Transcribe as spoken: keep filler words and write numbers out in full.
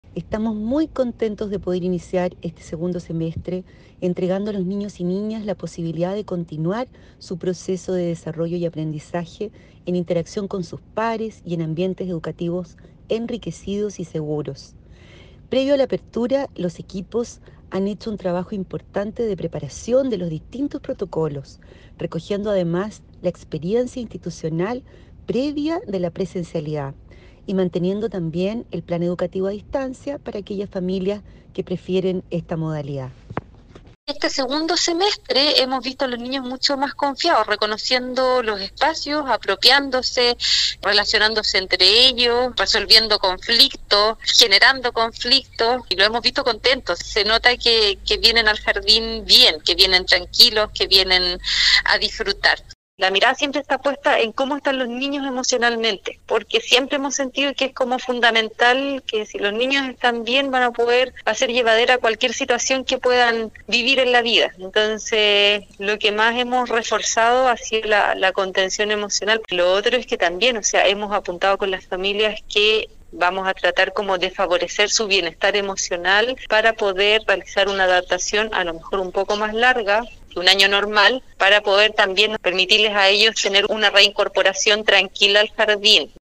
Estamos muy contentos de poder iniciar este segundo semestre entregando a los niños y niñas la posibilidad de continuar su proceso de desarrollo y aprendizaje en interacción con sus pares y en ambientes educativos enriquecidos y seguros. Previo a la apertura, los equipos han hecho un trabajo importante de preparación de los distintos protocolos, recogiendo además la experiencia institucional previa de la presencialidad y manteniendo también el plan educativo a distancia para aquellas familias que prefieren esta modalidad. Este segundo semestre hemos visto a los niños mucho más confiados, reconociendo los espacios, apropiándose, relacionándose entre ellos, resolviendo conflictos, generando conflictos, y lo hemos visto contentos. Se nota que, que vienen al jardín bien, que vienen tranquilos, que vienen a disfrutar. La mirada siempre está puesta en cómo están los niños emocionalmente, porque siempre hemos sentido que es como fundamental que si los niños están bien van a poder hacer llevadera cualquier situación que puedan vivir en la vida. Entonces, lo que más hemos reforzado ha sido la, la contención emocional. Lo otro es que también, o sea, hemos apuntado con las familias que vamos a tratar como de favorecer su bienestar emocional para poder realizar una adaptación a lo mejor un poco más larga, un año normal, para poder también permitirles a ellos tener una reincorporación tranquila al jardín.